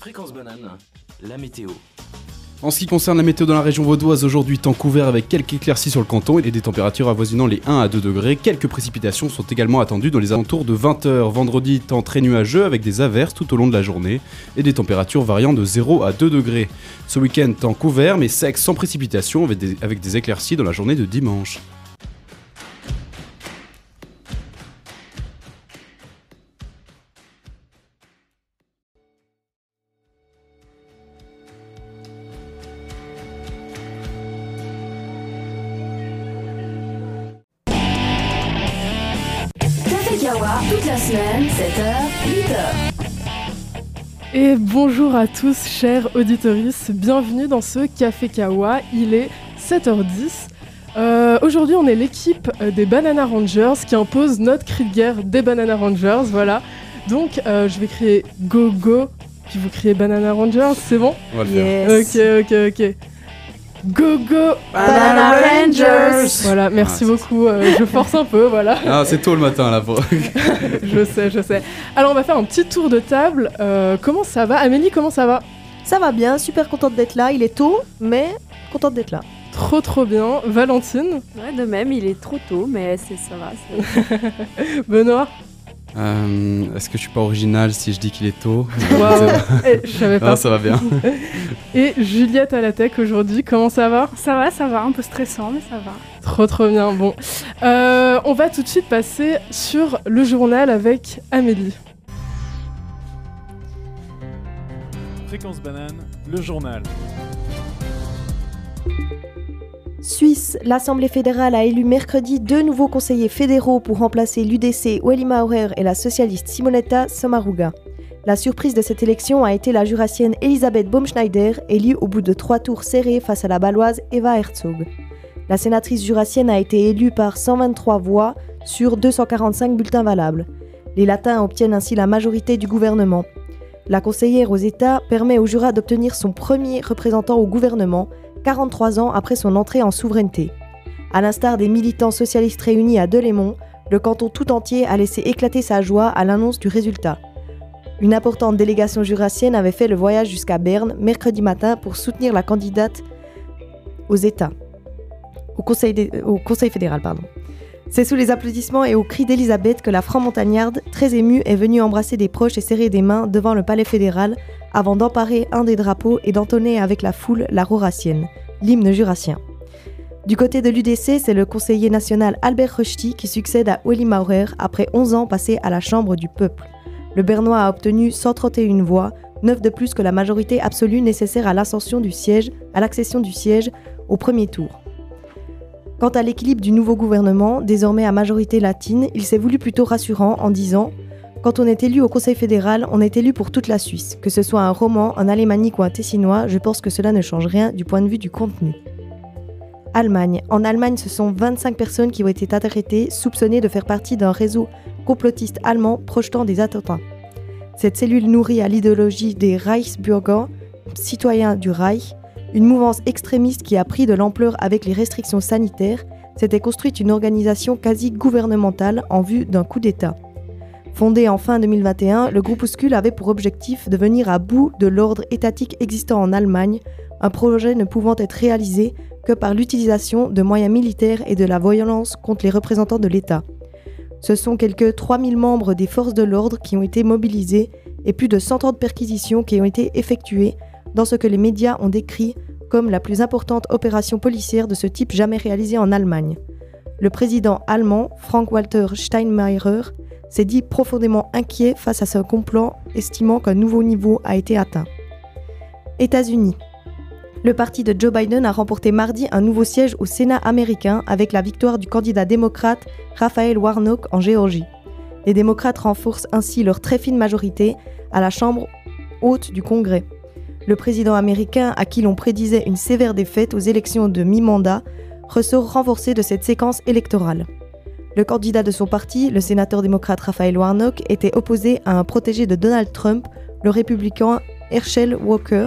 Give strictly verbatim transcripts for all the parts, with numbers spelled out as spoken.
Fréquence banane, la météo. En ce qui concerne la météo dans la région vaudoise, aujourd'hui temps couvert avec quelques éclaircies sur le canton et des températures avoisinant les un à deux degrés. Quelques précipitations sont également attendues dans les alentours de vingt heures. Vendredi, temps très nuageux avec des averses tout au long de la journée et des températures variant de zéro à deux degrés. Ce week-end, temps couvert mais sec sans précipitation avec des, avec des éclaircies dans la journée de dimanche. Toute la semaine, sept heures, huit heures. Et bonjour à tous, chers auditorices, bienvenue dans ce Café Kawa, il est sept heures dix. Euh, aujourd'hui, on est l'équipe des Banana Rangers qui impose notre cri de guerre des Banana Rangers, voilà. Donc, euh, je vais crier Go Go, puis vous criez Banana Rangers, c'est bon ? On va le yes. faire. Ok, ok, ok. Go Go Banana Rangers. Voilà, merci ah, beaucoup, euh, je force un peu, voilà. Ah, c'est tôt le matin là. Pour... je sais, je sais. Alors on va faire un petit tour de table. Euh, comment ça va ? Amélie, comment ça va ? Ça va bien, super contente d'être là. Il est tôt, mais contente d'être là. Trop trop bien. Valentine ? Ouais, de même, il est trop tôt, mais c'est, ça va. C'est... Benoît ? Euh, est-ce que je suis pas original si je dis qu'il est tôt ? Waouh, eh, je savais pas. Ah, ça va bien. Et Juliette à la tech aujourd'hui, comment ça va ? Ça va, ça va, un peu stressant, mais ça va. Trop trop bien, bon. Euh, on va tout de suite passer sur le journal avec Amélie. Fréquence banane, le journal. Suisse, l'Assemblée fédérale a élu mercredi deux nouveaux conseillers fédéraux pour remplacer l'U D C Ueli Maurer et la socialiste Simonetta Sommaruga. La surprise de cette élection a été la jurassienne Elisabeth Baumschneider, élue au bout de trois tours serrés face à la baloise Eva Herzog. La sénatrice jurassienne a été élue par cent vingt-trois voix sur deux cent quarante-cinq bulletins valables. Les Latins obtiennent ainsi la majorité du gouvernement. La conseillère aux États permet au Jura d'obtenir son premier représentant au gouvernement, quarante-trois ans après son entrée en souveraineté. À l'instar des militants socialistes réunis à Delémont, le canton tout entier a laissé éclater sa joie à l'annonce du résultat. Une importante délégation jurassienne avait fait le voyage jusqu'à Berne mercredi matin pour soutenir la candidate aux États, au Conseil, des, au Conseil fédéral. Pardon. C'est sous les applaudissements et aux cris d'Elisabeth que la franc-montagnarde, très émue, est venue embrasser des proches et serrer des mains devant le palais fédéral avant d'emparer un des drapeaux et d'entonner avec la foule la roracienne, l'hymne jurassien. Du côté de l'U D C, c'est le conseiller national Albert Rösti qui succède à Ueli Maurer après onze ans passés à la Chambre du peuple. Le Bernois a obtenu cent trente et une voix, neuf de plus que la majorité absolue nécessaire à l'ascension du siège, à l'accession du siège au premier tour. Quant à l'équilibre du nouveau gouvernement, désormais à majorité latine, il s'est voulu plutôt rassurant en disant « Quand on est élu au Conseil fédéral, on est élu pour toute la Suisse. Que ce soit un roman, un alémanique ou un tessinois, je pense que cela ne change rien du point de vue du contenu. » Allemagne. En Allemagne, ce sont vingt-cinq personnes qui ont été arrêtées, soupçonnées de faire partie d'un réseau complotiste allemand projetant des attentats. Cette cellule nourrit à l'idéologie des Reichsbürger, citoyens du Reich, une mouvance extrémiste qui a pris de l'ampleur avec les restrictions sanitaires, s'était construite une organisation quasi gouvernementale en vue d'un coup d'État. Fondé en fin deux mille vingt et un, le groupuscule avait pour objectif de venir à bout de l'ordre étatique existant en Allemagne, un projet ne pouvant être réalisé que par l'utilisation de moyens militaires et de la violence contre les représentants de l'État. Ce sont quelques trois mille membres des forces de l'ordre qui ont été mobilisés et plus de cent trente perquisitions qui ont été effectuées dans ce que les médias ont décrit comme la plus importante opération policière de ce type jamais réalisée en Allemagne. Le président allemand, Frank-Walter Steinmeier, s'est dit profondément inquiet face à ce complot, estimant qu'un nouveau niveau a été atteint. États-Unis. Le parti de Joe Biden a remporté mardi un nouveau siège au Sénat américain avec la victoire du candidat démocrate Raphaël Warnock en Géorgie. Les démocrates renforcent ainsi leur très fine majorité à la Chambre haute du Congrès. Le président américain, à qui l'on prédisait une sévère défaite aux élections de mi-mandat, ressort renforcé de cette séquence électorale. Le candidat de son parti, le sénateur démocrate Raphaël Warnock, était opposé à un protégé de Donald Trump, le républicain Herschel Walker,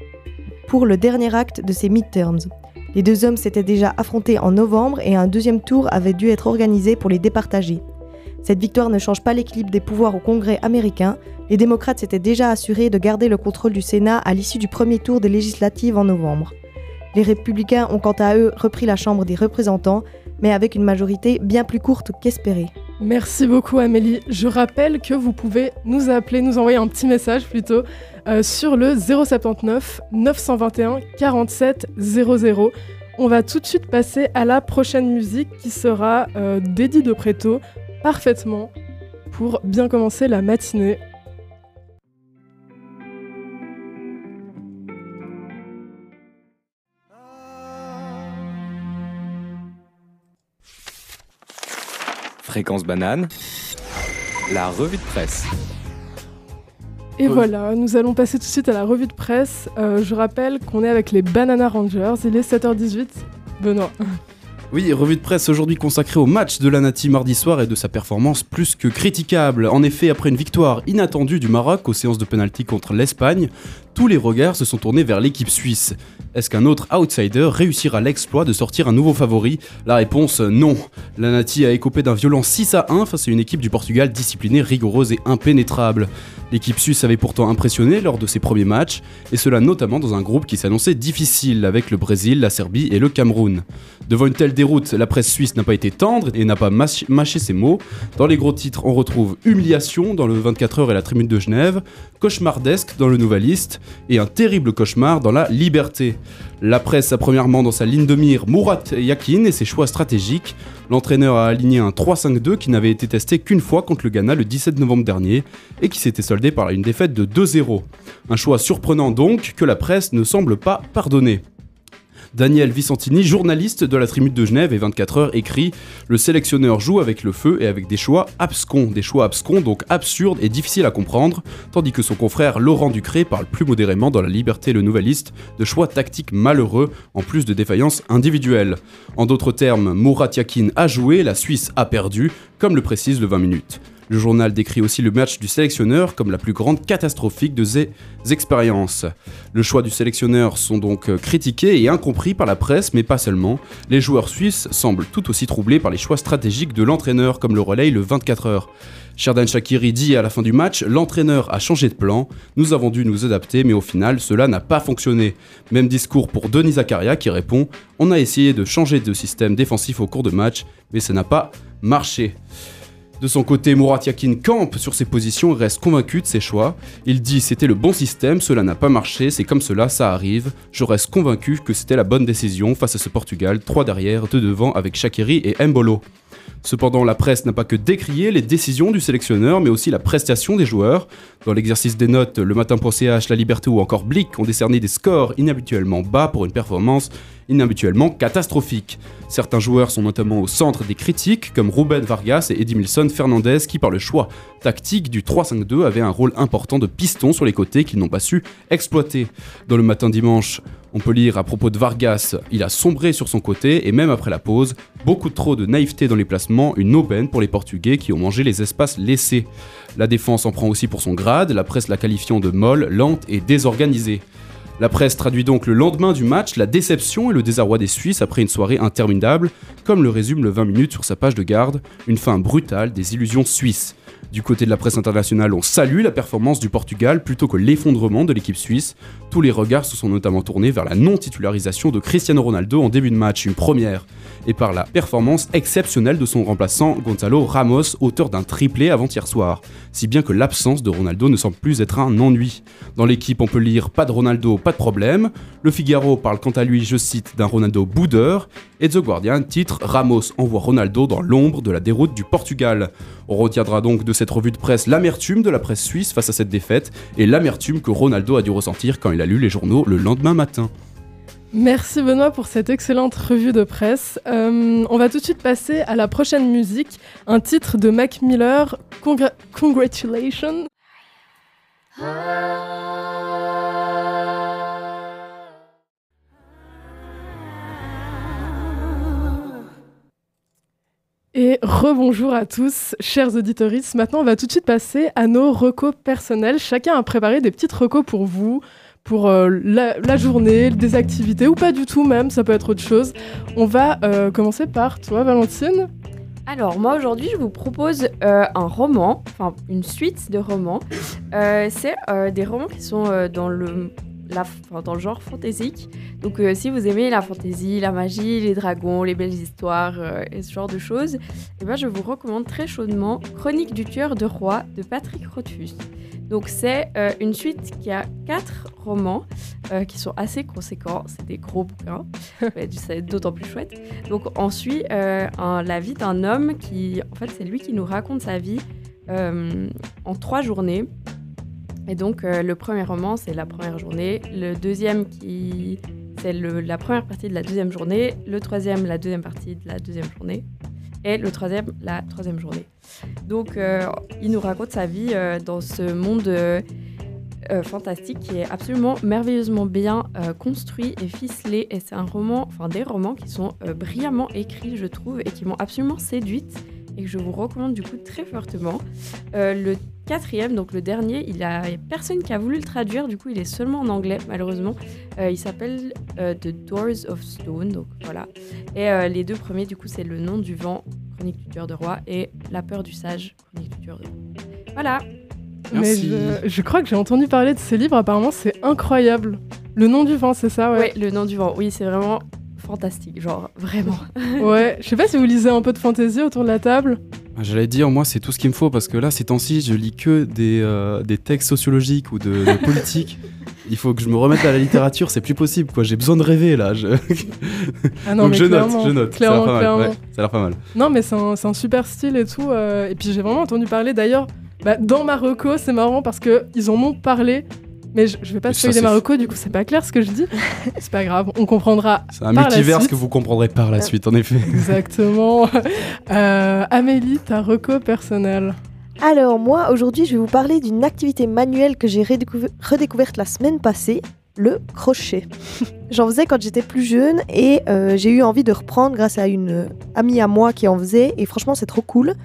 pour le dernier acte de ses midterms. Les deux hommes s'étaient déjà affrontés en novembre et un deuxième tour avait dû être organisé pour les départager. Cette victoire ne change pas l'équilibre des pouvoirs au Congrès américain, Les démocrates s'étaient déjà assurés de garder le contrôle du Sénat à l'issue du premier tour des législatives en novembre. Les républicains ont quant à eux repris la Chambre des représentants, mais avec une majorité bien plus courte qu'espérée. Merci beaucoup Amélie. Je rappelle que vous pouvez nous appeler, nous envoyer un petit message plutôt, euh, sur le zéro soixante-dix-neuf neuf cent vingt et un quarante-sept zéro zéro. On va tout de suite passer à la prochaine musique qui sera euh, d'Eddie de Pretto, parfaitement, pour bien commencer la matinée. Fréquence banane, la revue de presse. Et voilà, nous allons passer tout de suite à la revue de presse. Euh, je rappelle qu'on est avec les Banana Rangers, il est sept heures dix-huit. Benoît. Oui, revue de presse aujourd'hui consacrée au match de l'Anati mardi soir et de sa performance plus que critiquable. En effet, après une victoire inattendue du Maroc aux séances de pénalty contre l'Espagne, tous les regards se sont tournés vers l'équipe suisse. Est-ce qu'un autre outsider réussira l'exploit de sortir un nouveau favori ? La réponse, non. L'Anati a écopé d'un violent six à un face à une équipe du Portugal disciplinée, rigoureuse et impénétrable. L'équipe suisse avait pourtant impressionné lors de ses premiers matchs, et cela notamment dans un groupe qui s'annonçait difficile avec le Brésil, la Serbie et le Cameroun. Devant une telle déroute, la presse suisse n'a pas été tendre et n'a pas mâché, mâché ses mots. Dans les gros titres, on retrouve humiliation dans le vingt-quatre heures et la Tribune de Genève, cauchemardesque dans le Nouveliste et un terrible cauchemar dans la Liberté. La presse a premièrement dans sa ligne de mire Murat Yakin et ses choix stratégiques. L'entraîneur a aligné un trois cinq deux qui n'avait été testé qu'une fois contre le Ghana le dix-sept novembre dernier et qui s'était soldé par une défaite de deux zéro. Un choix surprenant donc que la presse ne semble pas pardonner. Daniel Vicentini, journaliste de la Tribune de Genève et vingt-quatre heures, écrit « Le sélectionneur joue avec le feu et avec des choix abscons, des choix abscons donc absurdes et difficiles à comprendre, tandis que son confrère Laurent Ducré parle plus modérément dans La Liberté le Nouveliste de choix tactiques malheureux en plus de défaillances individuelles. En d'autres termes, Murat Yakin a joué, la Suisse a perdu, comme le précise le vingt minutes. Le journal décrit aussi le match du sélectionneur comme la plus grande catastrophique de ses expériences. Le choix du sélectionneur sont donc critiqués et incompris par la presse, mais pas seulement. Les joueurs suisses semblent tout aussi troublés par les choix stratégiques de l'entraîneur, comme le relaye le vingt-quatre heures. Xherdan Shaqiri dit à la fin du match « L'entraîneur a changé de plan, nous avons dû nous adapter, mais au final, cela n'a pas fonctionné. » Même discours pour Denis Zakaria qui répond « On a essayé de changer de système défensif au cours de match, mais ça n'a pas marché. » De son côté, Murat Yakin campe sur ses positions et reste convaincu de ses choix. Il dit « C'était le bon système, cela n'a pas marché, c'est comme cela, ça arrive. Je reste convaincu que c'était la bonne décision face à ce Portugal, trois derrière, deux devant avec Shaqiri et Mbolo. » Cependant, la presse n'a pas que décrié les décisions du sélectionneur, mais aussi la prestation des joueurs. Dans l'exercice des notes, le matin.ch, La Liberté ou encore Blick ont décerné des scores inhabituellement bas pour une performance inhabituellement catastrophique. Certains joueurs sont notamment au centre des critiques, comme Ruben Vargas et Edmilson Fernandez, qui par le choix tactique du trois cinq deux avaient un rôle important de piston sur les côtés qu'ils n'ont pas su exploiter. Dans le matin dimanche, on peut lire à propos de Vargas, il a sombré sur son côté et même après la pause, beaucoup trop de naïveté dans les placements, une aubaine pour les Portugais qui ont mangé les espaces laissés. La défense en prend aussi pour son grade, la presse la qualifiant de molle, lente et désorganisée. La presse traduit donc le lendemain du match la déception et le désarroi des Suisses après une soirée interminable, comme le résume le vingt minutes sur sa page de garde, une fin brutale des illusions suisses. Du côté de la presse internationale, on salue la performance du Portugal plutôt que l'effondrement de l'équipe suisse. Tous les regards se sont notamment tournés vers la non-titularisation de Cristiano Ronaldo en début de match, une première, et par la performance exceptionnelle de son remplaçant Gonzalo Ramos, auteur d'un triplé avant-hier soir, si bien que l'absence de Ronaldo ne semble plus être un ennui. Dans l'équipe, on peut lire « Pas de Ronaldo, pas de problème ». Le Figaro parle quant à lui, je cite, d'un Ronaldo boudeur, et The Guardian titre « Ramos envoie Ronaldo dans l'ombre de la déroute du Portugal ». On retiendra donc de cette revue de presse l'amertume de la presse suisse face à cette défaite et l'amertume que Ronaldo a dû ressentir quand il a lu les journaux le lendemain matin. Merci Benoît pour cette excellente revue de presse. Euh, on va tout de suite passer à la prochaine musique, un titre de Mac Miller, Congra- Congratulations. Et rebonjour à tous, chers auditeurs. Maintenant, on va tout de suite passer à nos recos personnels. Chacun a préparé des petites recos pour vous, pour euh, la, la journée, des activités, ou pas du tout même, ça peut être autre chose. On va euh, commencer par toi, Valentine. Alors, moi, aujourd'hui, je vous propose euh, un roman, enfin, une suite de romans. Euh, c'est euh, des romans qui sont euh, dans, le, la, enfin, dans le genre fantaisique. Donc, euh, si vous aimez la fantaisie, la magie, les dragons, les belles histoires euh, et ce genre de choses, eh ben, je vous recommande très chaudement Chronique du tueur de roi de Patrick Rothfuss. Donc, c'est euh, une suite qui a quatre romans euh, qui sont assez conséquents. C'est des gros bouquins, mais c'est d'autant plus chouette. Donc, on suit euh, un, la vie d'un homme qui, en fait, c'est lui qui nous raconte sa vie euh, en trois journées. Et donc, euh, le premier roman, c'est la première journée. Le deuxième, qui, c'est le, la première partie de la deuxième journée. Le troisième, la deuxième partie de la deuxième journée. Et le troisième, la troisième journée. Donc, euh, il nous raconte sa vie euh, dans ce monde euh, euh, fantastique qui est absolument merveilleusement bien euh, construit et ficelé. Et c'est un roman, enfin des romans qui sont euh, brillamment écrits, je trouve, et qui m'ont absolument séduite et que je vous recommande du coup très fortement. Euh, le quatrième, donc le dernier, il y a personne qui a voulu le traduire, du coup il est seulement en anglais malheureusement. Euh, il s'appelle euh, The Doors of Stone, donc voilà. Et euh, les deux premiers, du coup, c'est Le nom du vent, Chronique du tueur de roi, et La peur du sage, Chronique du tueur de roi. Voilà. Merci. Mais je, je crois que j'ai entendu parler de ces livres, apparemment c'est incroyable. Le nom du vent, c'est ça, ouais. Ouais, Le nom du vent, oui, c'est vraiment fantastique, genre vraiment. Ouais, je sais pas si vous lisez un peu de fantasy autour de la table. J'allais dire, moi, c'est tout ce qu'il me faut parce que là, ces temps-ci, je lis que des, euh, des textes sociologiques ou de, de politique. Il faut que je me remette à la littérature, c'est plus possible, quoi. J'ai besoin de rêver, là. Je... Ah non, Donc mais je note, clairement, je note. clairement, ça a l'air pas mal. clairement. Ouais, ça a l'air pas mal. Non, mais c'est un, c'est un super style et tout. euh, et puis j'ai vraiment entendu parler, d'ailleurs, bah, dans Marocco, c'est marrant parce qu'ils en ont parlé. Mais je, je vais pas Mais ça, spoiler c'est Marocco, du coup c'est pas clair ce que je dis. C'est pas grave, on comprendra. C'est un par la multiverse suite. que vous comprendrez par la suite, en effet. Exactement. Euh, Amélie, ta reco personnelle. Alors moi, aujourd'hui, je vais vous parler d'une activité manuelle que j'ai redécouver- redécouverte la semaine passée, le crochet. J'en faisais quand j'étais plus jeune et euh, j'ai eu envie de reprendre grâce à une euh, amie à moi qui en faisait et franchement c'est trop cool.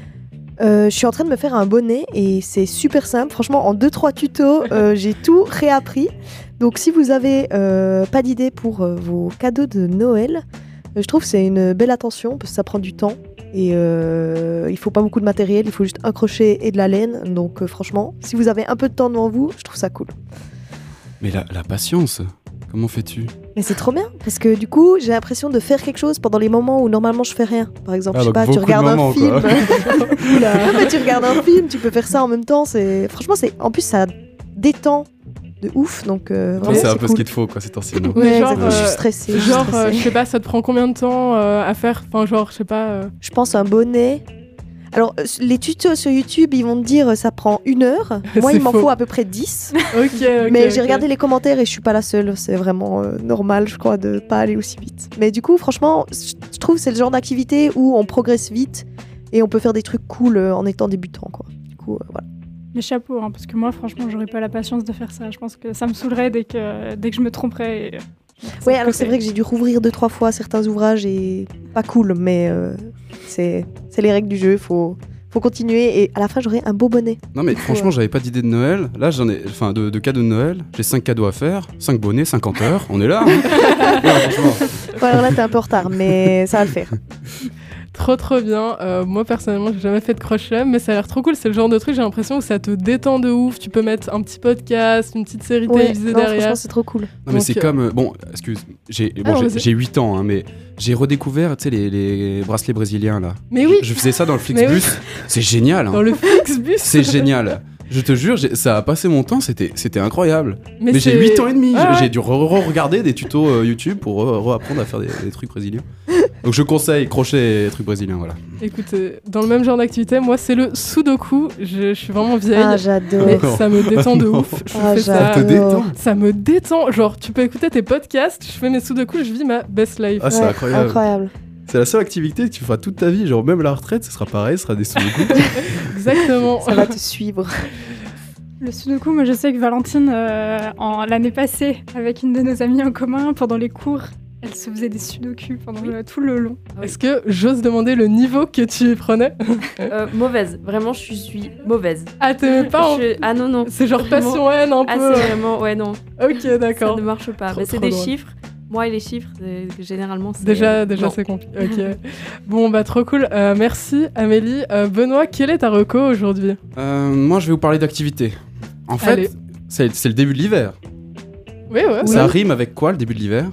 Euh, je suis en train de me faire un bonnet et c'est super simple. Franchement, en deux trois tutos, euh, j'ai tout réappris. Donc si vous avez euh, pas d'idée pour euh, vos cadeaux de Noël, euh, je trouve que c'est une belle attention parce que ça prend du temps. Et euh, il faut pas beaucoup de matériel, il faut juste un crochet et de la laine. Donc euh, franchement, si vous avez un peu de temps devant vous, je trouve ça cool. Mais la, la patience, comment fais-tu? Mais c'est trop bien, parce que du coup, j'ai l'impression de faire quelque chose pendant les moments où normalement je fais rien. Par exemple, Ah, je sais donc pas, tu beaucoup de regardes moments, un film. quoi. Oula. Non, mais tu regardes un film, tu peux faire ça en même temps. C'est franchement, c'est en plus ça détend de ouf. Donc euh, Toi, vraiment, c'est un c'est peu cool. ce qu'il te faut, quoi, c'est temps-ci. non Ouais, genre, exactement, je suis euh, stressée. je suis Genre, stressée. euh, je sais pas, ça te prend combien de temps euh, à faire? Enfin, genre, je sais pas. euh, Je pense un bonnet. Alors, euh, les tutos sur YouTube, ils vont te dire euh, ça prend une heure. Moi, C'est il m'en faux. faut à peu près dix. Ok, ok. Mais ok. j'ai regardé les commentaires et je suis pas la seule. C'est vraiment euh, normal, je crois, de pas aller aussi vite. Mais du coup, franchement, je trouve que c'est le genre d'activité où on progresse vite et on peut faire des trucs cool euh, en étant débutant, quoi. Du coup, euh, voilà. Mais chapeau, hein, parce que moi, franchement, j'aurais pas la patience de faire ça. Je pense que ça me saoulerait dès que, dès que je me tromperais. Et, euh, je mettrais ça Ouais, de alors côté. c'est vrai que j'ai dû rouvrir deux, trois fois certains ouvrages et pas cool, mais euh, c'est c'est les règles du jeu. Faut, faut continuer et à la fin, j'aurai un beau bonnet. Non mais franchement, j'avais pas d'idée de Noël. Là, j'en ai, enfin, de, de cadeaux de Noël. J'ai cinq cadeaux à faire, cinq bonnets, cinquante heures. On est là. Hein. Ouais, franchement. Ouais, alors là, t'es un peu en retard, mais ça va le faire. Trop trop bien. Euh, moi personnellement, j'ai jamais fait de crochet, mais ça a l'air trop cool. C'est le genre de truc, j'ai l'impression que ça te détend de ouf. Tu peux mettre un petit podcast, une petite série Ouais, télévisée non, derrière. franchement, c'est trop cool. Non mais Donc, c'est euh, comme euh, bon, excuse, j'ai Ah bon, non, j'ai- vas-y. j'ai huit ans hein, mais j'ai redécouvert tu sais les, les bracelets brésiliens là. Mais oui, Je, je faisais ça dans le Mais Flixbus. C'est génial. hein. dans le Flixbus. C'est génial. Je te jure, j'ai- ça a passé mon temps, c'était c'était incroyable. Mais, c'est- j'ai huit ans et demi, Ah ouais. j'ai dû re-regarder des tutos euh, YouTube pour re- reapprendre à faire des, des trucs brésiliens. Donc je conseille crochet et trucs brésiliens, voilà. Écoute, euh, dans le même genre d'activité, moi c'est le Sudoku. Je, je suis vraiment vieille. Ah, j'adore. mais Non. ça me détend de Non. ouf. Je Ah, fais ça. Ça te détend. Ça me détend. Genre, tu peux écouter tes podcasts, je fais mes Sudoku, je vis ma best life. Ah, c'est Ouais, incroyable. incroyable. C'est la seule activité que tu feras toute ta vie, genre même à la retraite, ce sera pareil, ce sera des sudoku. Exactement. Ça va te suivre. Le Sudoku, moi, je sais que Valentine, euh, en, l'année passée, avec une de nos amies en commun, pendant les cours, elle se faisait des Sudoku pendant le- tout le long. Est-ce que j'ose demander le niveau que tu prenais? Euh, mauvaise, vraiment, je suis mauvaise. Ah, t'aimais pas hein Je- Ah non, non. C'est genre Vraiment. passion haine un Ah, peu. c'est vraiment. Ouais, non. Ok, Ça d'accord. ne marche pas. Trop, Mais c'est trop des drôle. chiffres. moi et les chiffres, c'est- généralement, c'est... Déjà, déjà non. c'est compliqué. Ok. Bon, bah trop cool. Euh, merci Amélie. Euh, Benoît, quel est ta reco aujourd'hui? Euh, moi, je vais vous parler d'activité. En fait, Allez. c'est c'est le début de l'hiver. Oui, ouais. Ça rime avec quoi, le début de l'hiver?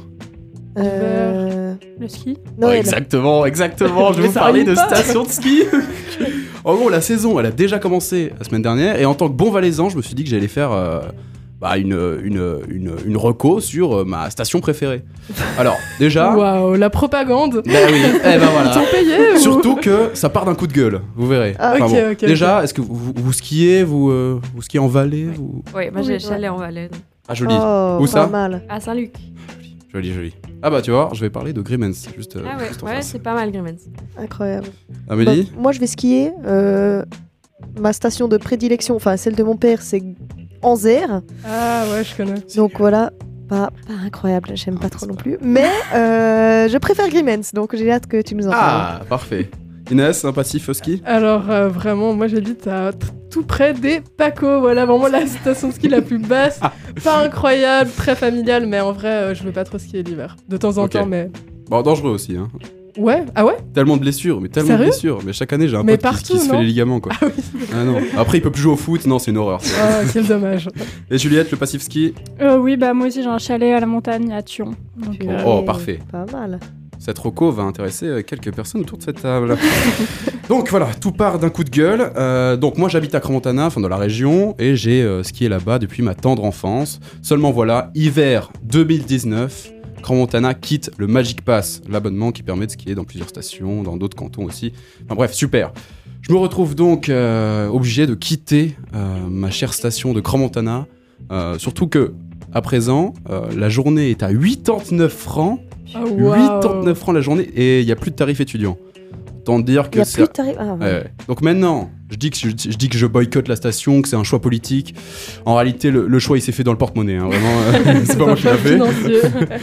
Euh... Le ski. Noël. Exactement, exactement. Je vais Mais vous ça parler rime de pas. station de ski. En gros, la saison, elle a déjà commencé la semaine dernière. Et en tant que bon valaisan, je me suis dit que j'allais faire euh, bah, une, une, une, une reco sur euh, ma station préférée. Alors, déjà... Waouh, la propagande. Bah oui, eh ben Ils voilà. t'ont payé ou... Surtout que ça part d'un coup de gueule, vous verrez. Ah, ok, bon. ok, Déjà, est-ce que vous, vous, vous skiez, vous, euh, vous skiez en vallée vous... Oui, moi Oui, j'ai ouais. chalet en Valais. donc. Ah, joli. Oh, Où pas ça mal. À Saint-Luc. Joli, joli. Ah bah tu vois, je vais parler de Grimmens, juste, euh, Ah ouais, juste en ouais face. c'est pas mal, Grimmens. Incroyable. Amélie Bah, moi, je vais skier. euh, Ma station de prédilection, enfin celle de mon père, c'est Anzère. Ah ouais, je connais. Donc voilà, pas, pas incroyable, j'aime pas trop non plus. Mais euh, je préfère Grimmens, donc j'ai hâte que tu nous en parles. Ah, parfait. Inès, un passif ski Alors euh, vraiment, moi j'habite à t- tout près des Paco, voilà vraiment la station de ski la plus basse, pas incroyable, très familiale, mais en vrai euh, je veux pas trop skier l'hiver, de temps en Ok. temps, mais Bon, dangereux aussi, hein. ouais, ah ouais, Tellement de blessures, mais tellement Sérieux de blessures. Mais chaque année, j'ai un Mais pote qui- partout, qui, se fait non les ligaments, quoi. ah oui, Ah non. Après, il peut plus jouer au foot, non, c'est une horreur. ça. ah quel dommage. Et Juliette, le passif ski Euh, oui, bah moi aussi j'ai un chalet à la montagne à Thion. Donc, Puis, euh, Oh, ouais, parfait. Pas mal. Cette reco va intéresser euh, quelques personnes autour de cette table. Donc voilà, tout part d'un coup de gueule. Euh, donc moi j'habite à Crans-Montana, enfin dans la région, et j'ai euh, skié là-bas depuis ma tendre enfance. Seulement voilà, hiver deux mille dix-neuf, Crans-Montana quitte le Magic Pass, l'abonnement qui permet de skier dans plusieurs stations, dans d'autres cantons aussi. Enfin bref, super. Je me retrouve donc euh, obligé de quitter euh, ma chère station de Crans-Montana, euh, surtout que à présent, euh, la journée est à quatre-vingt-dix-neuf francs. Ah, wow. quatre-vingt-dix-neuf francs la journée et il n'y a plus de tarif étudiant. Autant dire Il que y a c'est. plus de tarifs. Ah, ouais. Ouais, ouais. Donc maintenant, je dis, que je, je dis que je boycotte la station, que c'est un choix politique. En réalité, le, le choix il s'est fait dans le porte-monnaie. Hein, vraiment, euh, c'est pas moi qui l'ai fait. Financier.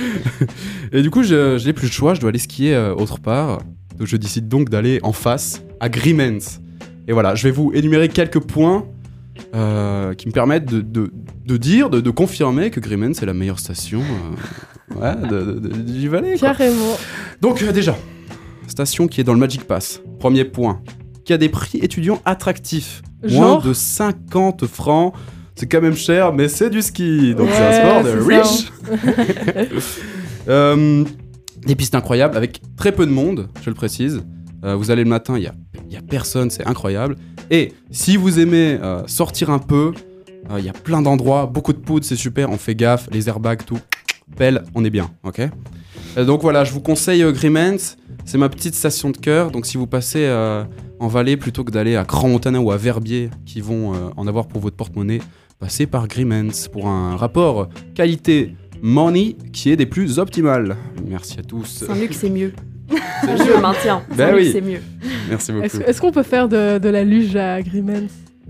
Et du coup, je, je n'ai plus le choix, je dois aller skier euh, autre part. Donc je décide donc d'aller en face à Grimmens. Et voilà, je vais vous énumérer quelques points euh, qui me permettent de, de, de dire, de, de confirmer que Grimmens est la meilleure station euh, ouais, de, de- de- du Valais. quoi. Carrément. Donc euh, déjà, station qui est dans le Magic Pass. Premier point, qui a des prix étudiants attractifs. Moins Genre de cinquante francs. C'est quand même cher, mais c'est du ski. Donc c'est Ouais, un sport de c'est riche. Euh, des pistes incroyables avec très peu de monde, je le précise. Euh, vous allez le matin, il n'y a, il y a personne, c'est incroyable. Et si vous aimez euh, sortir un peu, il y a plein d'endroits, beaucoup de poudre, c'est super, on fait gaffe, les airbags, tout. Pelle, on est bien, ok. Euh, donc voilà, je vous conseille euh, Grimmens, c'est ma petite station de cœur. Donc si vous passez euh, en Valais plutôt que d'aller à Crans-Montana ou à Verbier, qui vont euh, en avoir pour votre porte-monnaie, passez par Grimmens pour un rapport qualité-money qui est des plus optimales. Merci à tous. Saint-Luc, c'est mieux. Je le maintiens. Bah Saint-Luc, oui. c'est mieux. Merci beaucoup. Est-ce est-ce qu'on peut faire de, de la luge à Grimmens?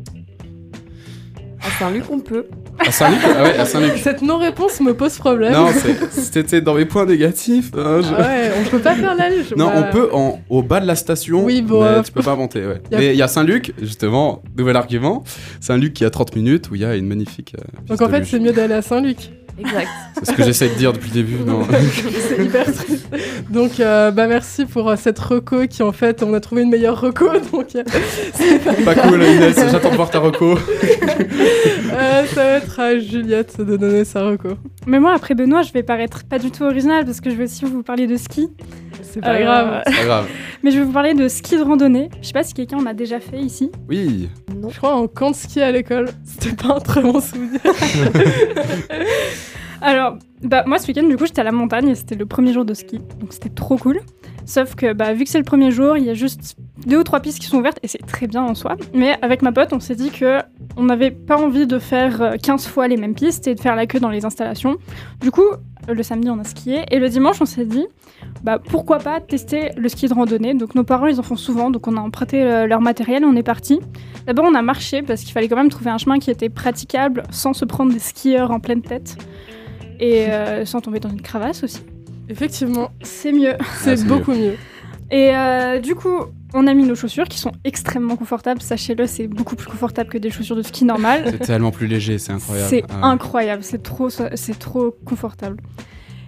À Saint-Luc, on peut. À Saint-Luc Ah ouais, à Saint-Luc. Cette non-réponse me pose problème. Non, c'est- c'était dans mes points négatifs. hein, je- Ah ouais, on peut pas faire la luge. Non, Bah, on peut en, au bas de la station, Oui, bon, mais euh, tu peux pas monter. Ouais. y a- Mais il y a Saint-Luc, justement, nouvel argument. Saint-Luc qui a trente minutes où il y a une magnifique. euh, piste Donc en de fait, luge. c'est mieux d'aller à Saint-Luc. Exact. C'est ce que j'essaie de dire depuis le début. Non. C'est hyper triste. Donc, euh, bah merci pour euh, cette reco qui, en fait, on a trouvé une meilleure reco. Donc, euh, c'est pas, Pas cool, Inès, j'attends de voir ta reco. Euh, ça va être à Juliette de donner sa reco. Mais moi, après Benoît, je vais paraître pas du tout original parce que je vais aussi vous parler de ski. C'est pas Euh, grave. C'est pas grave. Mais je vais vous parler de ski de randonnée. Je sais pas si quelqu'un en a déjà fait ici. Oui. Non. Je crois en camp de ski à l'école. C'était pas un très bon souvenir. Alors, bah, moi, ce week-end, du coup, j'étais à la montagne et c'était le premier jour de ski. Donc, c'était trop cool. Sauf que, bah, vu que c'est le premier jour, il y a juste deux ou trois pistes qui sont ouvertes et c'est très bien en soi. Mais avec ma pote, on s'est dit que on n'avait pas envie de faire euh, quinze fois les mêmes pistes et de faire la queue dans les installations. Du coup, euh, le samedi, on a skié. Et le dimanche, on s'est dit, bah, pourquoi pas tester le ski de randonnée. Donc, nos parents, ils en font souvent. Donc, on a emprunté euh, leur matériel et on est parti. D'abord, on a marché parce qu'il fallait quand même trouver un chemin qui était praticable sans se prendre des skieurs en pleine tête. Et euh, sans tomber dans une crevasse aussi. Effectivement, C'est mieux. c'est Ah, c'est beaucoup mieux. Et euh, du coup, on a mis nos chaussures qui sont extrêmement confortables. Sachez-le, c'est beaucoup plus confortable que des chaussures de ski normales. C'est tellement plus léger, c'est incroyable. C'est Ah ouais. incroyable, c'est trop, c'est trop confortable.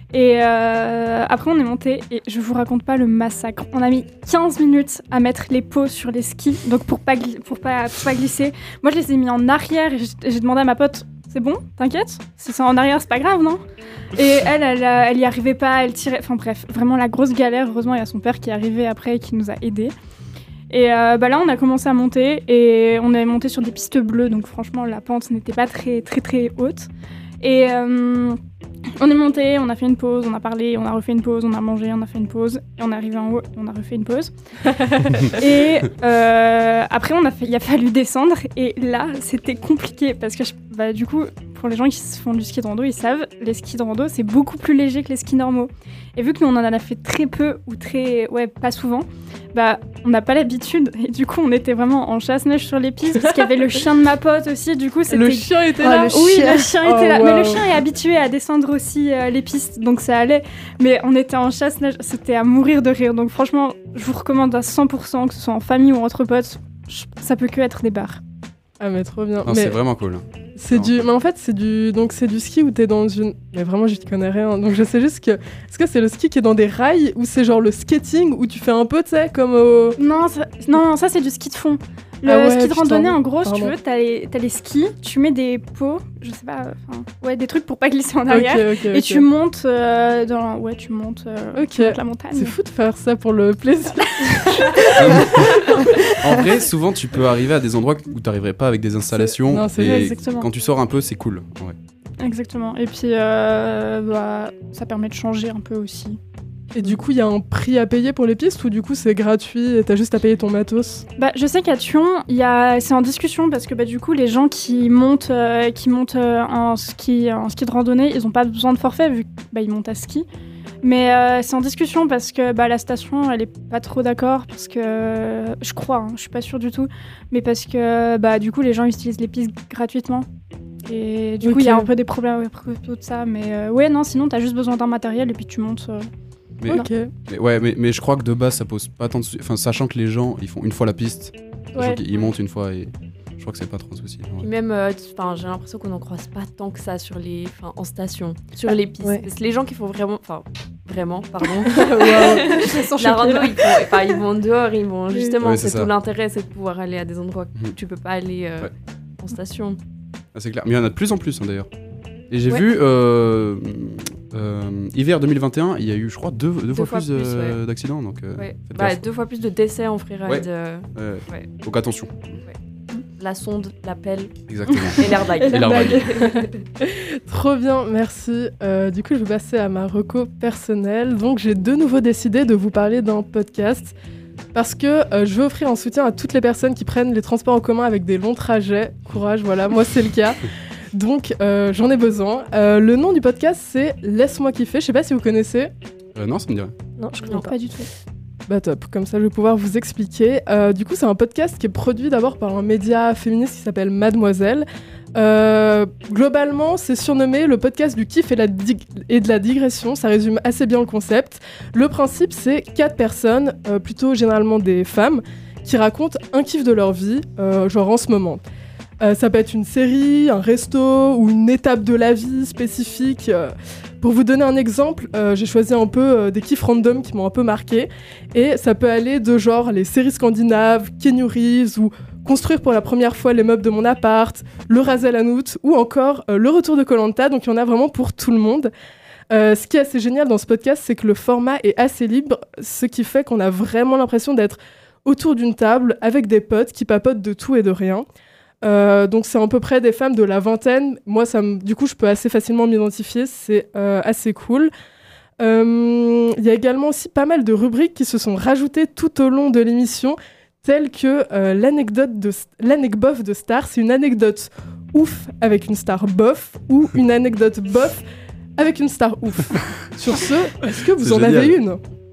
Et euh, après, on est monté et je vous raconte pas le massacre. On a mis quinze minutes à mettre les pots sur les skis, donc pour pas, gli- pour pas, pour pas glisser. Moi, je les ai mis en arrière et j'ai, j'ai demandé à ma pote, c'est bon, t'inquiète, si c'est en arrière, c'est pas grave, non? Et elle, elle, elle, elle y arrivait pas, elle tirait. Enfin bref, vraiment la grosse galère. Heureusement, il y a son père qui est arrivé après et qui nous a aidés. Et euh, bah là, on a commencé à monter et on est monté sur des pistes bleues, donc franchement, la pente n'était pas très, très, très haute. Et euh, on est monté, on a fait une pause, on a parlé, on a refait une pause, on a mangé, on a fait une pause, et on est arrivé en haut, et on a refait une pause. Et euh, après, on a fait, il a fallu descendre, et là, c'était compliqué, parce que je, bah, du coup, pour les gens qui font du ski de rando, ils savent, les skis de rando, c'est beaucoup plus léger que les skis normaux. Et vu que nous, on en a fait très peu, ou très, ouais, pas souvent, bah, on n'a pas l'habitude, et du coup, on était vraiment en chasse-neige sur les pistes, parce qu'il y avait le chien de ma pote aussi, du coup, c'était... Le chien était Ah, là. le Oui, chien. le chien Oh, était là. wow. Mais le chien est habitué à descendre aussi euh, les pistes, donc ça allait. Mais on était en chasse-neige, c'était à mourir de rire. Donc franchement, je vous recommande à cent pour cent, que ce soit en famille ou entre potes, je- ça peut que être des bars. Ah mais trop bien. Non, mais c'est vraiment cool. c'est du, mais en fait c'est du, donc c'est du ski où t'es dans une, mais vraiment j'y connais rien. Donc je sais juste que, est-ce que c'est le ski qui est dans des rails ou c'est genre le skating où tu fais un peu, tu sais, comme au... Non, ça, non, ça c'est du ski de fond. Le Ah ouais, ski de putain, randonnée, en gros, si tu pardon. veux, t'as les, t'as les skis, tu mets des pots, je sais pas, enfin, ouais, des trucs pour pas glisser en arrière. Ok, ok, Et ok. tu montes euh, dans, ouais, tu montes, euh, Ok. tu montes la montagne. C'est fou de faire ça pour le plaisir. En vrai, souvent, tu peux arriver à des endroits où t'arriverais pas avec des installations. non, c'est et vrai, exactement. quand tu sors un peu, c'est cool. Ouais. Exactement. Et puis, euh, bah, ça permet de changer un peu aussi. Et du coup, il y a un prix à payer pour les pistes ou du coup c'est gratuit et t'as juste à payer ton matos? Bah, je sais qu'à Thion, il y a... c'est en discussion parce que bah, du coup, les gens qui montent, euh, qui montent euh, en, ski, en ski de randonnée, ils n'ont pas besoin de forfait vu qu'ils bah, ils montent à ski. Mais euh, c'est en discussion parce que bah, la station, elle est pas trop d'accord parce que euh, je crois, hein, je suis pas sûre du tout, mais parce que bah, du coup, les gens utilisent les pistes gratuitement. Et du coup, il y a Ok. un peu des problèmes à propos de ça. Mais euh, ouais, non, sinon, t'as juste besoin d'un matériel et puis tu montes. euh, Mais, Ok. mais ouais, mais, mais je crois que de base, ça pose pas tant de soucis. Enfin, sachant que les gens, ils font une fois la piste, sachant Ouais. qu'ils montent une fois et je crois que c'est pas trop de soucis. Puis Ouais. même, euh, t- 'fin, j'ai l'impression qu'on n'en croise pas tant que ça sur les, 'fin, en station, sur les pistes. ouais. C'est les gens qui font vraiment, enfin, vraiment, pardon. sans La rando, choquer, ils, font- 'fin, ils vont dehors, ils vont justement, Ouais, c'est c'est ça. tout l'intérêt, c'est de pouvoir aller à des endroits que Mhm. tu peux pas aller euh, Ouais. en station. Ah, c'est clair. Mais il y en a de plus en plus hein, d'ailleurs. Et j'ai Ouais. vu, euh, euh, hiver deux mille vingt et un, il y a eu, je crois, deux, deux, fois, fois plus, plus, euh, ouais. d'accidents. Donc, euh, Ouais. faites Bah, gaffe. deux fois plus de décès en freeride. Ouais. euh, Ouais. ouais. Donc attention. La sonde, la pelle Exactement. et l'airbag. Et l'airbag. Trop bien, merci. Euh, du coup, je vais passer à ma reco personnelle. Donc, j'ai de nouveau décidé de vous parler d'un podcast parce que euh, je veux offrir un soutien à toutes les personnes qui prennent les transports en commun avec des longs trajets. Courage, voilà, moi c'est le cas. Donc, euh, j'en ai besoin. Euh, le nom du podcast, c'est Laisse-moi kiffer. Je sais pas si vous connaissez. Euh, non, ça me dit rien. Non, je connais Non, pas. pas du tout. Bah top, comme ça je vais pouvoir vous expliquer. Euh, du coup, c'est un podcast qui est produit d'abord par un média féministe qui s'appelle Mademoiselle. Euh, globalement, c'est surnommé le podcast du kiff et, la dig- et de la digression. Ça résume assez bien le concept. Le principe, c'est quatre personnes, euh, plutôt généralement des femmes, qui racontent un kiff de leur vie, euh, genre en ce moment. Euh, ça peut être une série, un resto ou une étape de la vie spécifique. Euh, pour vous donner un exemple, euh, j'ai choisi un peu euh, des kiffs random qui m'ont un peu marqué. Et ça peut aller de genre les séries scandinaves, Keanu Reeves ou construire pour la première fois les meubles de mon appart, le Razel Hanout ou encore euh, le retour de Koh Lanta. Donc il y en a vraiment pour tout le monde. Euh, ce qui est assez génial dans ce podcast, c'est que le format est assez libre, ce qui fait qu'on a vraiment l'impression d'être autour d'une table avec des potes qui papotent de tout et de rien. Euh, donc c'est à peu près des femmes de la vingtaine. Moi, ça me... du coup, je peux assez facilement m'identifier. C'est euh, assez cool. Il euh, y a également aussi pas mal de rubriques qui se sont rajoutées tout au long de l'émission, telles que euh, l'anecdote de l'anecbof de star. C'est une anecdote ouf avec une star bof ou une anecdote bof avec une star ouf. Sur ce, est-ce que vous C'est en génial. avez une?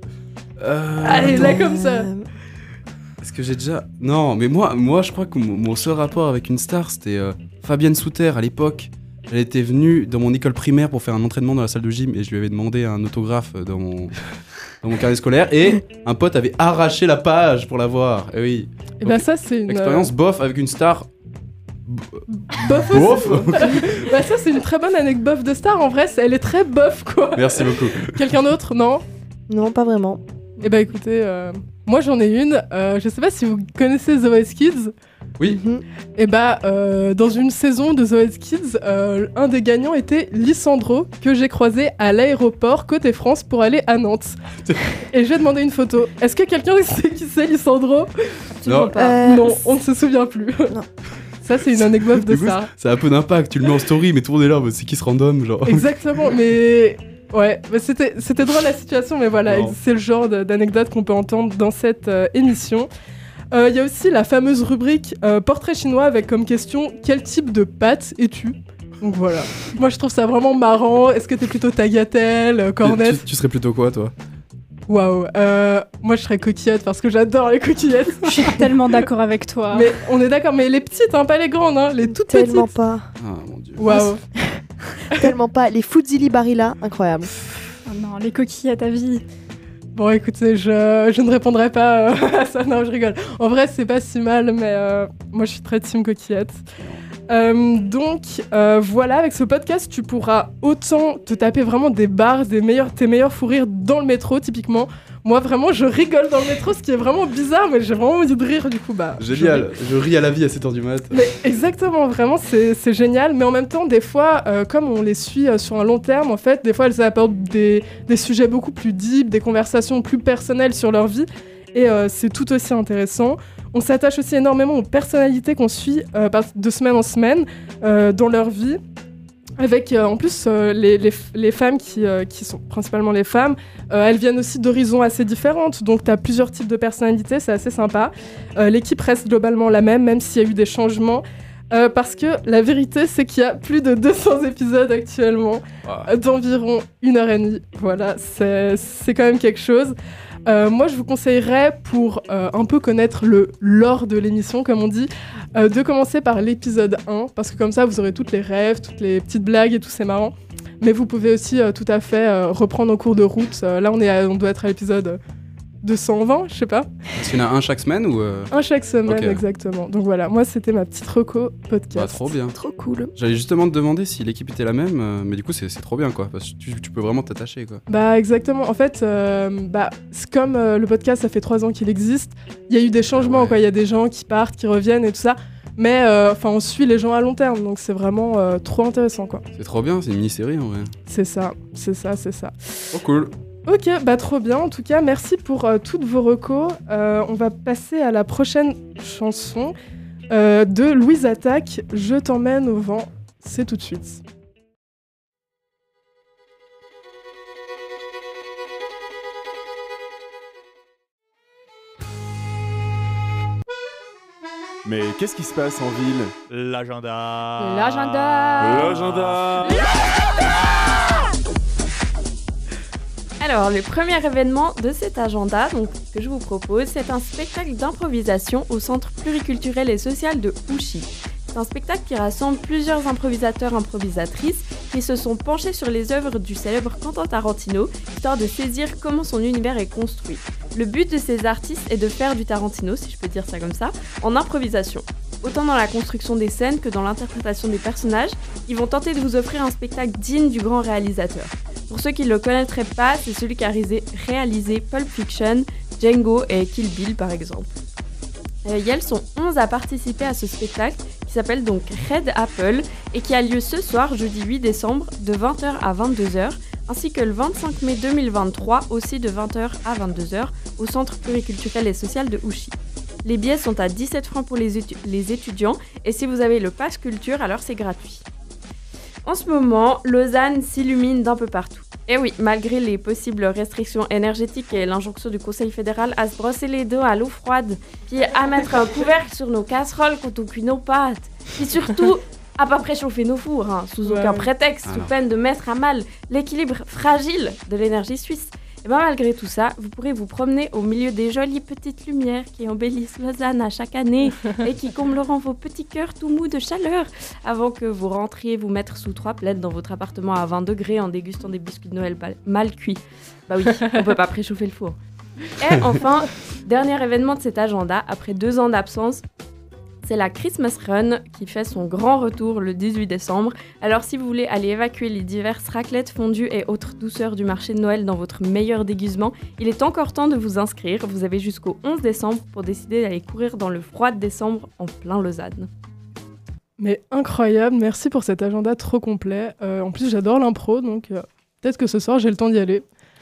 Euh, Allez, là attends. comme ça. Euh, Est-ce que j'ai déjà. Non, mais moi, moi je crois que mon, mon seul rapport avec une star, c'était euh, Fabienne Souter à l'époque. Elle était venue dans mon école primaire pour faire un entraînement dans la salle de gym et je lui avais demandé un autographe dans mon, dans mon carnet scolaire et un pote avait arraché la page pour la voir. Et oui, Et ben ça, c'est une. expérience bof avec une star Bof Bof. Bah ça c'est une très bonne anecdote de star, en vrai, c'est- elle est très bof quoi. Merci beaucoup. Quelqu'un d'autre, non? Non, pas vraiment. Eh bah écoutez, euh, moi j'en ai une, euh, je sais pas si vous connaissez The Voice Kids. Oui. Mhm. Et bah, euh, dans une saison de The Voice Kids, euh, un des gagnants était Lissandro, que j'ai croisé à l'aéroport côté France pour aller à Nantes. Et je lui ai demandé une photo. Est-ce que quelqu'un sait qui c'est Lissandro? Non. Euh, Non, on ne se souvient plus. Non. Ça, c'est une anecdote de Du coup, ça. ça a un peu d'impact. Tu le mets en story, mais tout le monde est là. C'est qui ce random, genre. Exactement, mais ouais, mais c'était c'était drôle la situation, mais voilà, Non. c'est le genre de- d'anecdote qu'on peut entendre dans cette euh, émission. Il y a aussi la fameuse rubrique euh, portrait chinois avec comme question quel type de pâte es-tu? Donc voilà. Moi je trouve ça vraiment marrant. Est-ce que t'es plutôt tagliatelle, euh, Tu, cornette? tu serais plutôt quoi, toi? Waouh. euh, Moi je serais coquillette parce que j'adore les coquillettes. Je suis tellement d'accord avec toi. Mais on est d'accord, mais les petites, hein, pas les grandes, hein, les toutes Tellement petites. pas. Ah, mon dieu. Waouh. Tellement pas. Les Fuzzili Barilla, incroyable. Oh non, les coquilles à ta vie. Bon, écoutez, je, je ne répondrai pas euh, à ça. Non, je rigole. En vrai, c'est pas si mal, mais euh, moi, je suis très team coquillette. Euh, donc, euh, voilà, avec ce podcast, tu pourras autant te taper vraiment des barres, des meilleurs, tes meilleurs fous rires dans le métro, typiquement. Moi, vraiment, je rigole dans le métro, ce qui est vraiment bizarre, mais j'ai vraiment envie de rire, du coup, bah... je Génial. Je ris à la vie à sept heures du mat. Mais exactement, vraiment, c'est c'est génial. Mais en même temps, des fois, euh, comme on les suit euh, sur un long terme, en fait, des fois, elles apportent des, des sujets beaucoup plus deep, des conversations plus personnelles sur leur vie. Et euh, c'est tout aussi intéressant. On s'attache aussi énormément aux personnalités qu'on suit euh, par- de semaine en semaine euh, dans leur vie. Avec euh, en plus euh, les, les, les femmes qui, euh, qui sont principalement les femmes, euh, elles viennent aussi d'horizons assez différentes, donc tu as plusieurs types de personnalités, c'est assez sympa. Euh, l'équipe reste globalement la même, même s'il y a eu des changements, euh, parce que la vérité c'est qu'il y a plus de deux cents épisodes actuellement, euh, d'environ une heure et demie. Voilà, c'est c'est quand même quelque chose. Euh, moi, je vous conseillerais, pour euh, un peu connaître le lore de l'émission, comme on dit, euh, de commencer par l'épisode un, parce que comme ça, vous aurez toutes les rêves, toutes les petites blagues et tout, c'est marrant. Mais vous pouvez aussi euh, tout à fait euh, reprendre en cours de route. Euh, là, on, est à- on doit être à l'épisode deux cent vingt, je sais pas. Est-ce qu'il y en a un chaque semaine ou euh... Un chaque semaine, Ok. exactement. Donc voilà, moi, c'était ma petite reco podcast. Bah, trop bien. Trop cool. J'allais justement te demander si l'équipe était la même, euh, mais du coup c'est c'est trop bien quoi, parce que tu, tu peux vraiment t'attacher quoi. Bah exactement, en fait, euh, bah, c'est comme euh, le podcast, ça fait trois ans qu'il existe, il y a eu des changements, Ah ouais. quoi. Il y a des gens qui partent, qui reviennent et tout ça, mais euh, enfin on suit les gens à long terme, donc c'est vraiment euh, trop intéressant, quoi. C'est trop bien, c'est une mini-série en vrai. C'est ça, c'est ça, c'est ça. Trop cool. Ok, bah trop bien, en tout cas, merci pour euh, toutes vos recos. Euh, on va passer à la prochaine chanson euh, de Louise Attaque, Je t'emmène au vent, c'est tout de suite. Mais qu'est-ce qui se passe en ville? L'agenda. L'agenda. L'agenda. Alors, le premier événement de cet agenda donc, que je vous propose, c'est un spectacle d'improvisation au Centre pluriculturel et social de Ouchy. C'est un spectacle qui rassemble plusieurs improvisateurs improvisatrices qui se sont penchés sur les œuvres du célèbre Quentin Tarantino, histoire de saisir comment son univers est construit. Le but de ces artistes est de faire du Tarantino, si je peux dire ça comme ça, en improvisation. Autant dans la construction des scènes que dans l'interprétation des personnages, ils vont tenter de vous offrir un spectacle digne du grand réalisateur. Pour ceux qui ne le connaîtraient pas, c'est celui qui a réalisé, réalisé Pulp Fiction, Django et Kill Bill par exemple. Euh, elles sont onze à participer à ce spectacle qui s'appelle donc Red Apple et qui a lieu ce soir, jeudi huit décembre, de vingt heures à vingt-deux heures, ainsi que le vingt-cinq mai deux mille vingt-trois, aussi de vingt heures à vingt-deux heures, au Centre pluriculturel et social de Ouchy. Les billets sont à dix-sept francs pour les, étu- les étudiants et si vous avez le pass culture, alors c'est gratuit. En ce moment, Lausanne s'illumine d'un peu partout. Et oui, malgré les possibles restrictions énergétiques et l'injonction du Conseil fédéral à se brosser les dos à l'eau froide, puis à mettre un couvercle sur nos casseroles quand on cuit nos pâtes, puis surtout à pas préchauffer nos fours, hein, sous Ouais. aucun prétexte, Ah sous non. peine de mettre à mal l'équilibre fragile de l'énergie suisse. Et bien malgré tout ça, vous pourrez vous promener au milieu des jolies petites lumières qui embellissent Lausanne à chaque année et qui combleront vos petits cœurs tout mous de chaleur avant que vous rentriez vous mettre sous trois plaides dans votre appartement à vingt degrés en dégustant des biscuits de Noël bal- mal cuits. Bah oui, on peut pas préchauffer le four. Et enfin, dernier événement de cet agenda, après deux ans d'absence, C'est la Christmas Run qui fait son grand retour le dix-huit décembre. Alors si vous voulez aller évacuer les diverses raclettes, fondues et autres douceurs du marché de Noël dans votre meilleur déguisement, il est encore temps de vous inscrire. Vous avez jusqu'au onze décembre pour décider d'aller courir dans le froid de décembre en plein Lausanne. Mais incroyable, merci pour cet agenda trop complet. Euh, en plus, j'adore l'impro, donc euh, peut-être que ce soir, j'ai le temps d'y aller.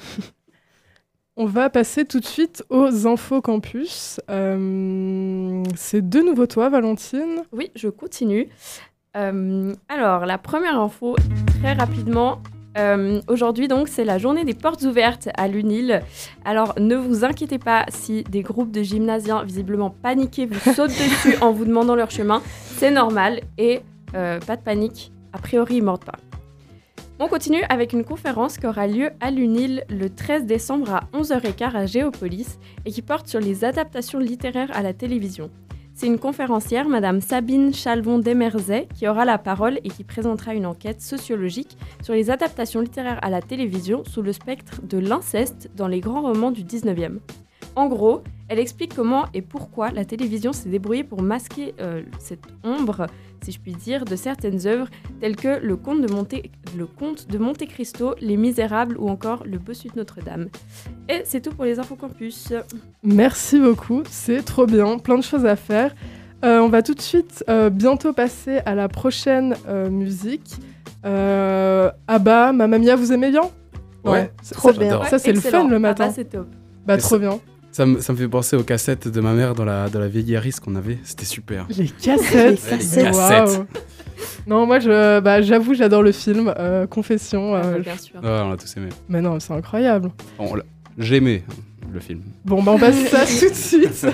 On va passer tout de suite aux infos campus. Euh, c'est de nouveau toi, Valentine. Oui, je continue. Euh, alors, la première info, très rapidement. Euh, aujourd'hui, donc, c'est la journée des portes ouvertes à l'U N I L. Alors, ne vous inquiétez pas si des groupes de gymnasiens visiblement paniqués vous sautent dessus en vous demandant leur chemin. C'est normal et euh, pas de panique. A priori, ils ne mordent pas. On continue avec une conférence qui aura lieu à l'U N I L le treize décembre à onze heures quinze à Géopolis et qui porte sur les adaptations littéraires à la télévision. C'est une conférencière, Madame Sabine Chalvon-Demerzet, qui aura la parole et qui présentera une enquête sociologique sur les adaptations littéraires à la télévision sous le spectre de l'inceste dans les grands romans du dix-neuvième. En gros, elle explique comment et pourquoi la télévision s'est débrouillée pour masquer euh, cette ombre, si je puis dire, de certaines œuvres telles que le Comte de Monte, le Comte de Monte Cristo, Les Misérables ou encore Le Bossu de Notre-Dame. Et c'est tout pour les infos campus. Merci beaucoup, c'est trop bien, plein de choses à faire. Euh, on va tout de suite euh, bientôt passer à la prochaine euh, musique. Euh, Abba, Mamma Mia, vous aimez bien? Ouais, ça, trop ça, bien. Ça, c'est Excellent. le fun le matin. Abba, c'est top. Bah, Et trop ça- bien. Ça me, ça me fait penser aux cassettes de ma mère dans la, dans la vieille Yaris qu'on avait. C'était super. Les cassettes. Les cassettes. Waouh. Non, moi, je, bah, j'avoue, j'adore le film. euh, confession. Ah, euh, bah, je- bien sûr. Ouais, on l'a tous aimé. Mais non, c'est incroyable. On l'a- J'aimais le film. Bon, bah, on passe ça tout de suite.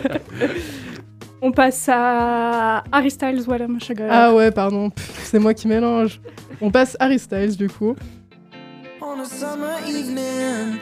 On passe à Harry Styles, What I'm a Sugar. Ah ouais, pardon. Pff, c'est moi qui mélange. On passe Harry Styles, du coup. On a summer evening.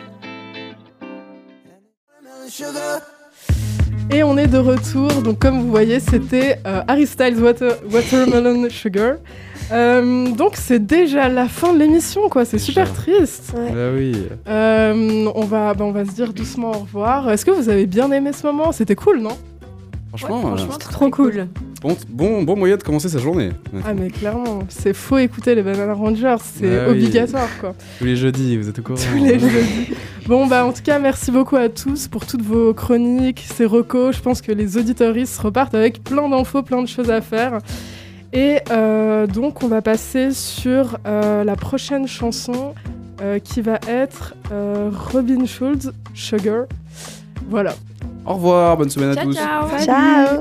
Sugar. Et on est de retour. Donc, comme vous voyez, c'était euh, Harry Styles Water- Watermelon Sugar. Euh, donc, c'est déjà la fin de l'émission, quoi. C'est Déjà. super triste. Ouais. Bah oui. Euh, on, va, bah, on va se dire doucement au revoir. Est-ce que vous avez bien aimé ce moment? C'était cool, non? Franchement, Ouais, franchement, euh, c'est trop cool. bon, bon, bon moyen de commencer sa journée. Ouais. Ah, mais clairement, c'est faut écouter les Banana Rangers. C'est Ah oui. obligatoire, quoi. Tous les jeudis, vous êtes au courant. Tous les jeudis. Bon, bah, en tout cas, merci beaucoup à tous pour toutes vos chroniques, ces recos. Je pense que les auditeuristes repartent avec plein d'infos, plein de choses à faire. Et euh, donc, on va passer sur euh, la prochaine chanson euh, qui va être euh, Robin Schulz, Sugar. Voilà. Au revoir, bonne semaine à Ciao, tous. ciao. Ciao.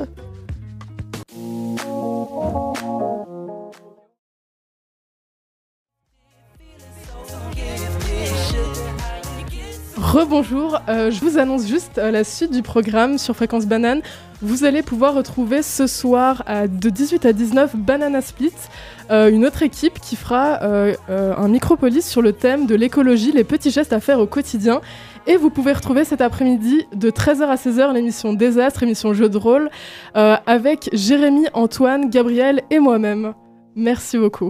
Rebonjour, euh, je vous annonce juste euh, la suite du programme sur Fréquence Banane. Vous allez pouvoir retrouver ce soir à, de dix-huit à dix-neuf Banana Split, euh, une autre équipe qui fera euh, euh, un micropolis sur le thème de l'écologie, les petits gestes à faire au quotidien. Et vous pouvez retrouver cet après-midi de treize heures à seize heures l'émission Désastre, émission Jeu de rôle, euh, avec Jérémy, Antoine, Gabriel et moi-même. Merci beaucoup.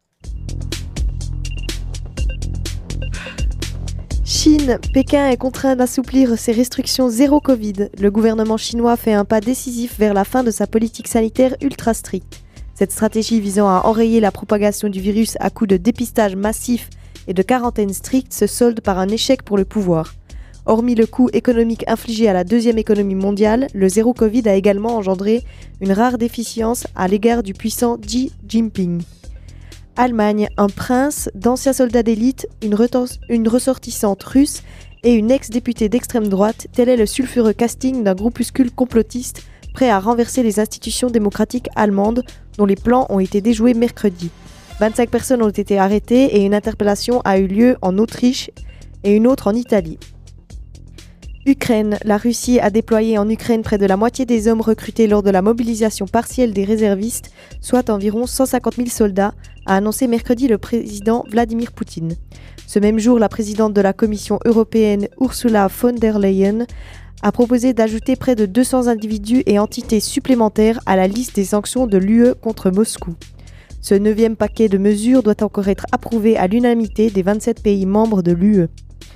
Chine, Pékin est contraint d'assouplir ses restrictions zéro Covid. Le gouvernement chinois fait un pas décisif vers la fin de sa politique sanitaire ultra stricte. Cette stratégie visant à enrayer la propagation du virus à coup de dépistage massif et de quarantaine stricte se solde par un échec pour le pouvoir. Hormis le coût économique infligé à la deuxième économie mondiale, le zéro Covid a également engendré une rare déficience à l'égard du puissant Xi Jinping. Allemagne, un prince, d'anciens soldats d'élite, une, retor- une ressortissante russe et une ex-députée d'extrême droite, tel est le sulfureux casting d'un groupuscule complotiste prêt à renverser les institutions démocratiques allemandes dont les plans ont été déjoués mercredi. vingt-cinq personnes ont été arrêtées et une interpellation a eu lieu en Autriche et une autre en Italie. Ukraine, la Russie a déployé en Ukraine près de la moitié des hommes recrutés lors de la mobilisation partielle des réservistes, soit environ cent cinquante mille soldats, a annoncé mercredi le président Vladimir Poutine. Ce même jour, la présidente de la Commission européenne Ursula von der Leyen a proposé d'ajouter près de deux cents individus et entités supplémentaires à la liste des sanctions de l'U E contre Moscou. Ce neuvième paquet de mesures doit encore être approuvé à l'unanimité des vingt-sept pays membres de l'U E.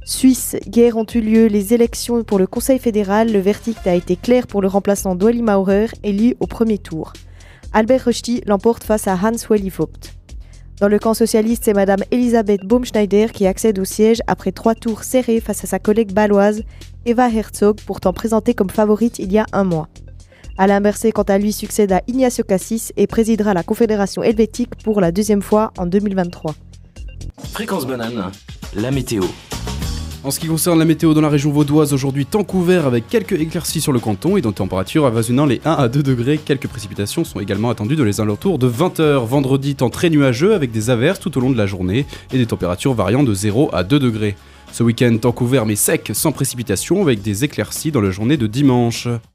Suisse, hier ont eu lieu les élections pour le Conseil fédéral. Le verdict a été clair pour le remplaçant d'Ueli Maurer, élu au premier tour. Albert Rösti l'emporte face à Hans-Weli Vogt. Dans le camp socialiste, c'est Madame Elisabeth Baumschneider qui accède au siège après trois tours serrés face à sa collègue bâloise Eva Herzog, pourtant présentée comme favorite il y a un mois. Alain Berset, quant à lui, succède à Ignacio Cassis et présidera la Confédération helvétique pour la deuxième fois en deux mille vingt-trois. Fréquence banane, la météo. En ce qui concerne la météo dans la région vaudoise, aujourd'hui temps couvert avec quelques éclaircies sur le canton et dans température avoisinant les un à deux degrés. Quelques précipitations sont également attendues dans les alentours de vingt heures. Vendredi, temps très nuageux avec des averses tout au long de la journée et des températures variant de zéro à deux degrés. Ce week-end, temps couvert mais sec, sans précipitation avec des éclaircies dans la journée de dimanche.